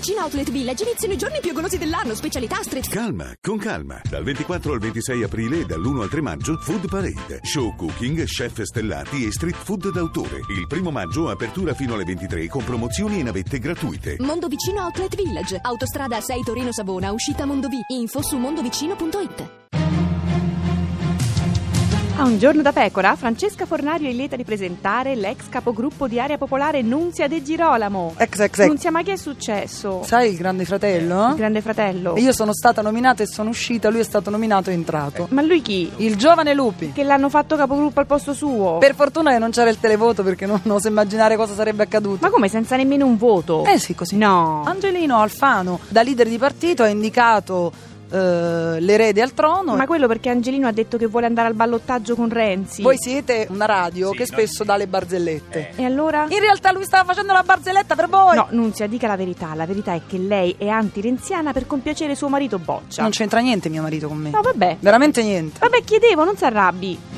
Vicino Outlet Village iniziano i giorni più golosi dell'anno, specialità street. Calma, con calma. Dal 24 al 26 aprile e dall'1 al 3 maggio, Food Parade. Show cooking, chef stellati e street food d'autore. Il 1 maggio, apertura fino alle 23 con promozioni e navette gratuite. Mondo Vicino Outlet Village. Autostrada 6 Torino Savona, uscita Mondovì. Info su mondovicino.it. A un giorno da pecora, Francesca Fornario è lieta di presentare l'ex capogruppo di Area Popolare Nunzia De Girolamo. Nunzia, ma che è successo? Sai il Grande Fratello? Il Grande Fratello. Io sono stata nominata e sono uscita, lui è stato nominato e entrato. Ma lui chi? Il giovane Lupi. Che l'hanno fatto capogruppo al posto suo. Per fortuna che non c'era il televoto, perché non oso immaginare cosa sarebbe accaduto. Ma come, senza nemmeno un voto? Sì, così. No. Angelino Alfano, da leader di partito, ha indicato l'erede al trono. Ma quello perché Angelino ha detto che vuole andare al ballottaggio con Renzi. Voi siete una radio che spesso dà le barzellette. E allora? In realtà lui stava facendo la barzelletta per voi. No, Nunzia, dica la verità. La verità è che lei è anti-renziana per compiacere suo marito Boccia. Non c'entra niente mio marito con me. No, vabbè. Veramente niente. Vabbè, chiedevo, non si arrabbi.